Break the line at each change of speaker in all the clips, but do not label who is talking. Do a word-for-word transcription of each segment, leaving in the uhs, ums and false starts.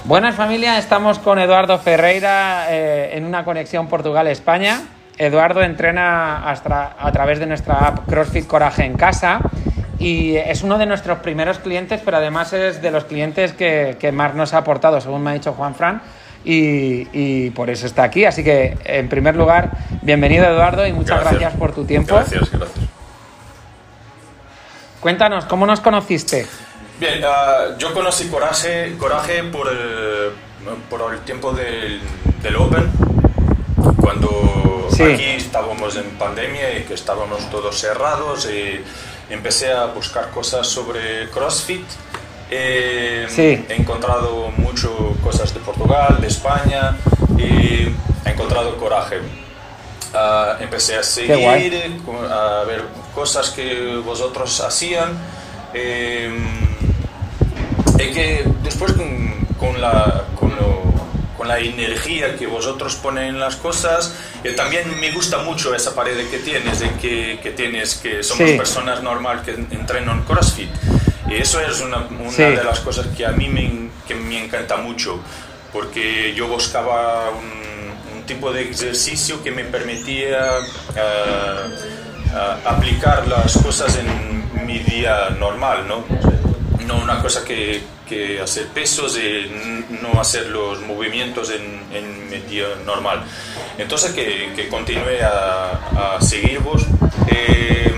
Buenas familia, estamos con Eduardo Ferreira eh, en una conexión Portugal-España. Eduardo entrena hasta, a través de nuestra app CrossFit Coraje en casa y es uno de nuestros primeros clientes, pero además es de los clientes que, que más nos ha aportado, según me ha dicho Juan Fran, y, y por eso está aquí. Así que, en primer lugar, bienvenido Eduardo y muchas gracias, gracias por tu tiempo.
Gracias, gracias.
Cuéntanos, ¿cómo nos conociste?
Bien, uh, yo conocí Coraje, Coraje por, el, por el tiempo del, del Open, cuando sí. Aquí estábamos en pandemia y que estábamos todos cerrados y empecé a buscar cosas sobre CrossFit. Eh,
sí.
He encontrado muchas cosas de Portugal, de España y he encontrado Coraje. Uh, empecé a seguir, a ver cosas que vosotros hacían. Eh, y que después con, con, la, con, lo, con la energía que vosotros ponen en las cosas, y también me gusta mucho esa pared que tienes, de que, que tienes que somos sí. personas normales que entrenan CrossFit, y eso es una, una sí. de las cosas que a mí me, que me encanta mucho, porque yo buscaba un, un tipo de ejercicio que me permitía uh, uh, aplicar las cosas en mi día normal, ¿no? No una cosa que, que hacer pesos y no hacer los movimientos en, en mi día normal. Entonces que, que continué a, a seguirvos. Eh,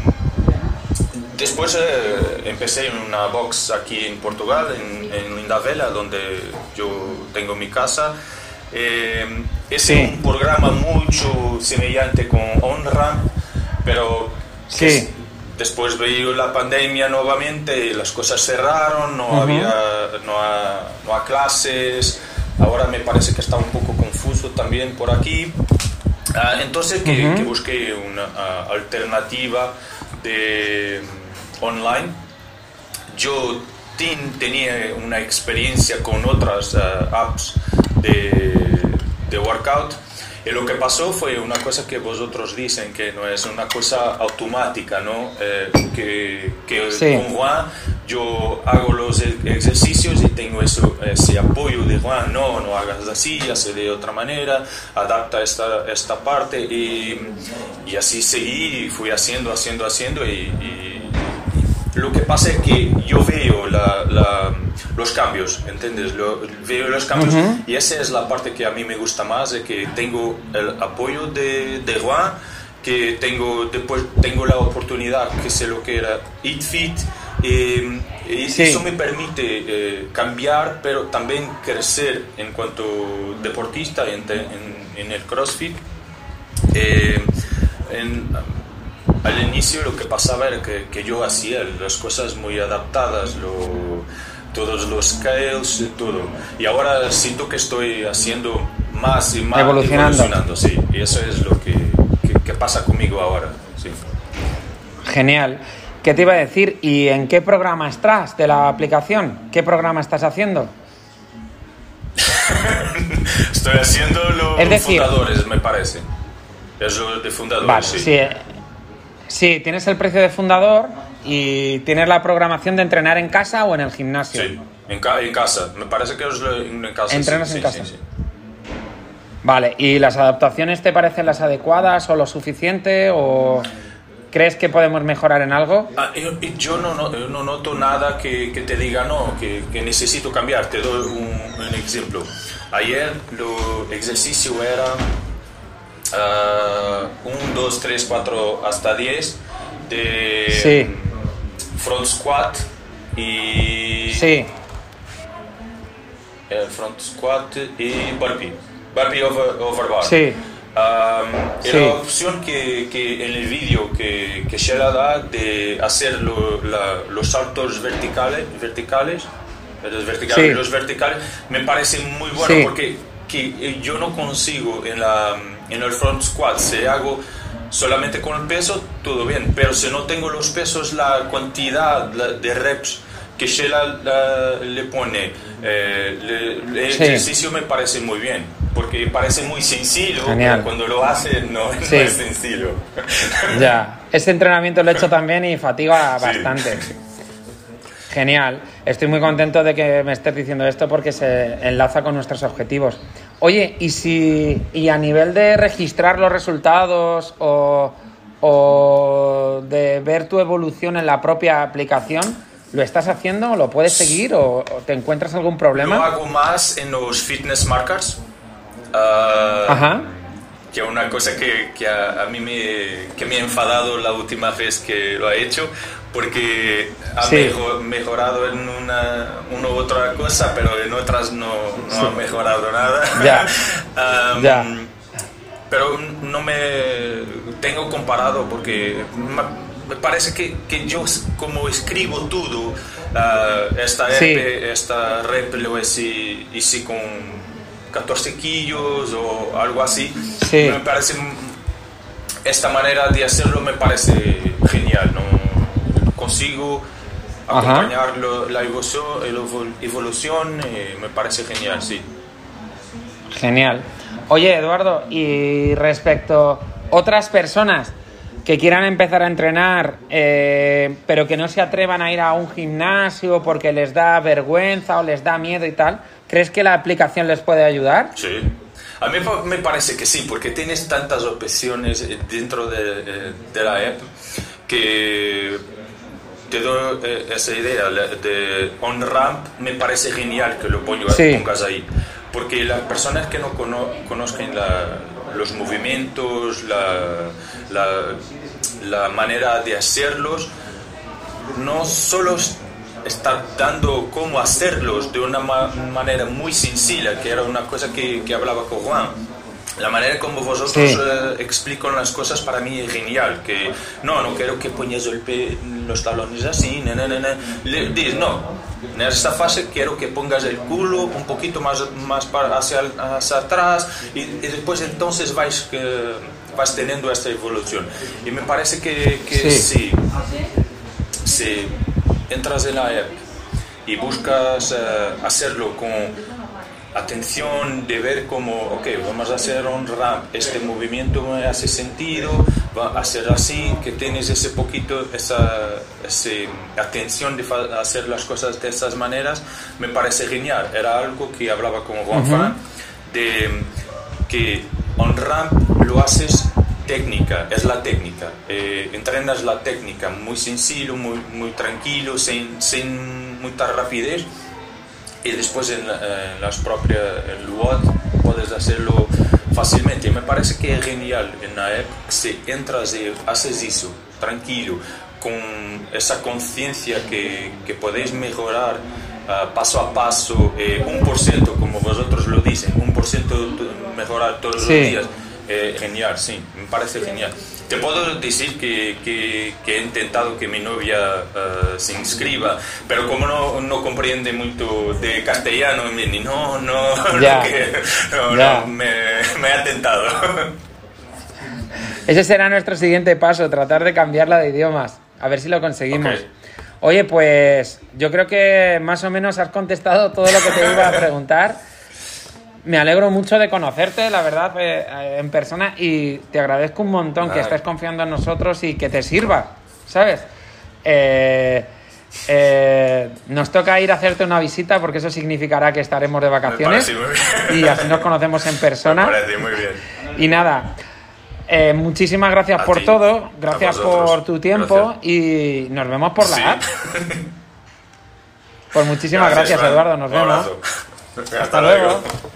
después eh, empecé en una box aquí en Portugal, en, en Lindavela, donde yo tengo mi casa. Eh, es sí. un programa mucho semejante con OnRamp, pero
sí.
es, después veía la pandemia nuevamente, las cosas cerraron, no, uh-huh. había no a, no a clases, ahora me parece que está un poco confuso también por aquí. Uh, entonces que, uh-huh. que busqué una uh, alternativa de um, online. Yo ten, tenía una experiencia con otras uh, apps de, de workout. Y lo que pasó fue una cosa que vosotros dicen, que no es una cosa automática, ¿no? Eh, que que sí. con Juan yo hago los ejercicios y tengo eso, ese apoyo de Juan, no, no hagas así, hace de otra manera, adapta esta, esta parte y, y así seguí, fui haciendo, haciendo, haciendo y, y lo que pasa es que yo veo la, la, los cambios, ¿entiendes? Lo, veo los cambios uh-huh. y esa es la parte que a mí me gusta más, de que tengo el apoyo de, de Juan, que tengo, después tengo la oportunidad, que sé lo que era Eat Fit, eh, y sí. eso me permite eh, cambiar, pero también crecer en cuanto deportista en, en, en el CrossFit. Eh, en, Al inicio lo que pasaba era que, que yo hacía las cosas muy adaptadas, lo, todos los scales y todo. Y ahora siento que estoy haciendo más y más,
evolucionando.
evolucionando, sí. Y eso es lo que, que, que pasa conmigo ahora, sí.
Genial. ¿Qué te iba a decir? ¿Y en qué programa estás de la aplicación? ¿Qué programa estás haciendo?
Estoy haciendo los
es decir,
fundadores, me parece. Es lo de fundadores,
vale,
sí.
sí. Sí, tienes el precio de fundador y tienes la programación de entrenar en casa o en el gimnasio.
Sí, en, ca- en casa. Me parece que es en casa.
¿Entrenas
sí,
en
sí,
casa?
Sí, sí.
Vale, ¿y las adaptaciones te parecen las adecuadas o lo suficiente o crees que podemos mejorar en algo?
Ah, yo, yo no, no, yo no noto nada que, que te diga no, que, que necesito cambiar. Te doy un, un ejemplo. Ayer el ejercicio era uno, dos, tres, cuatro hasta diez de
sí.
front squat y
sí.
eh, front squat y burpee burpee over, over bar.
Sí.
Um,
sí.
Era la opción que, que en el vídeo que, que Sheila da de hacer lo, la, los saltos verticales verticales los verticales,
sí.
los verticales me parece muy bueno,
sí.
porque que yo no consigo en la en el front squat. Si hago solamente con el peso, todo bien, pero si no tengo los pesos, la cantidad de reps que Sheila la, le pone, eh, le, el sí. ejercicio me parece muy bien, porque parece muy sencillo,
Genial.
pero cuando lo hace no,
sí.
no es sencillo.
Ya, ese entrenamiento lo he hecho también y fatiga bastante.
Sí.
Genial. Estoy muy contento de que me estés diciendo esto porque se enlaza con nuestros objetivos. Oye, ¿y si y a nivel de registrar los resultados o, o de ver tu evolución en la propia aplicación, lo estás haciendo? ¿Lo puedes seguir o, o te encuentras algún problema?
Lo hago más en los fitness markers. Uh,
Ajá.
Que es una cosa que, que a, a mí me, que me ha enfadado la última vez que lo ha hecho, porque ha
Sí.
mejor, mejorado en una, una u otra cosa, pero en otras no, no
Sí.
ha mejorado nada.
Ya.
Um,
Ya.
Pero no me tengo comparado porque me parece que, que yo como escribo todo, uh, esta
Sí.
R P, esta rep lo hice, hice con catorce kilos o algo así.
Sí.
Me parece, esta manera de hacerlo me parece genial, ¿no? Consigo acompañar lo, la evolución, evolución eh, me parece genial, sí.
Genial. Oye, Eduardo, y respecto a otras personas que quieran empezar a entrenar, eh, pero que no se atrevan a ir a un gimnasio porque les da vergüenza o les da miedo y tal, ¿crees que la aplicación les puede ayudar?
Sí. A mí me parece que sí, porque tienes tantas opciones dentro de, de la app que te doy esa idea de on-ramp, me parece genial que lo pongas,
Sí.
pongas ahí. Porque las personas que no cono, conozcan la, los movimientos, la, la, la manera de hacerlos, no solo está dando cómo hacerlos de una ma manera muy sencilla, que era una cosa que, que hablaba con Juan. La manera como vosotros
Sí.
eh, explican las cosas para mí es genial, que no, no quiero que pongas el pe los talones así, na, na, na, na. Le dices, no, en esta fase quiero que pongas el culo un poquito más, más para hacia, hacia atrás y, y después entonces vais, que, vais teniendo esta evolución. Y me parece que, que
Sí.
si, si entras en la app y buscas uh, hacerlo con atención de ver cómo, ok, vamos a hacer un ramp, este movimiento me hace sentido, va a ser así, que tienes ese poquito, esa, esa atención de hacer las cosas de estas maneras, me parece genial. Era algo que hablaba con Juan Fran, uh-huh. de que un ramp lo haces técnica, es la técnica, eh, entrenas la técnica muy sencillo, muy, muy tranquilo, sin, sin mucha rapidez. Y después en, en las propias en el W O D puedes hacerlo fácilmente. Me parece que es genial en la app si entras y haces eso tranquilo, con esa conciencia que, que podéis mejorar uh, paso a paso, eh, un por ciento como vosotros lo dicen, un por ciento mejorar todos
sí.
los días. Eh, genial, sí, me parece genial. Te puedo decir que, que, que he intentado que mi novia uh, se inscriba, pero como no, no comprende mucho de castellano, me dice, no, no,
ya.
no, que, no,
ya.
no me, me ha tentado.
Ese será nuestro siguiente paso, tratar de cambiarla de idiomas, a ver si lo conseguimos.
Okay.
Oye, pues yo creo que más o menos has contestado todo lo que te iba a preguntar. Me alegro mucho de conocerte, la verdad, eh, en persona, y te agradezco un montón Nada. que estés confiando en nosotros y que te sirva, ¿sabes? Eh, eh, nos toca ir a hacerte una visita porque eso significará que estaremos de vacaciones y así nos conocemos en persona.
Me parece muy bien.
Y nada, eh, muchísimas gracias a por ti, todo, gracias por tu tiempo gracias. Y nos vemos por la sí. app. Pues muchísimas gracias, gracias Eduardo, nos vemos.
Hasta,
Hasta luego. luego.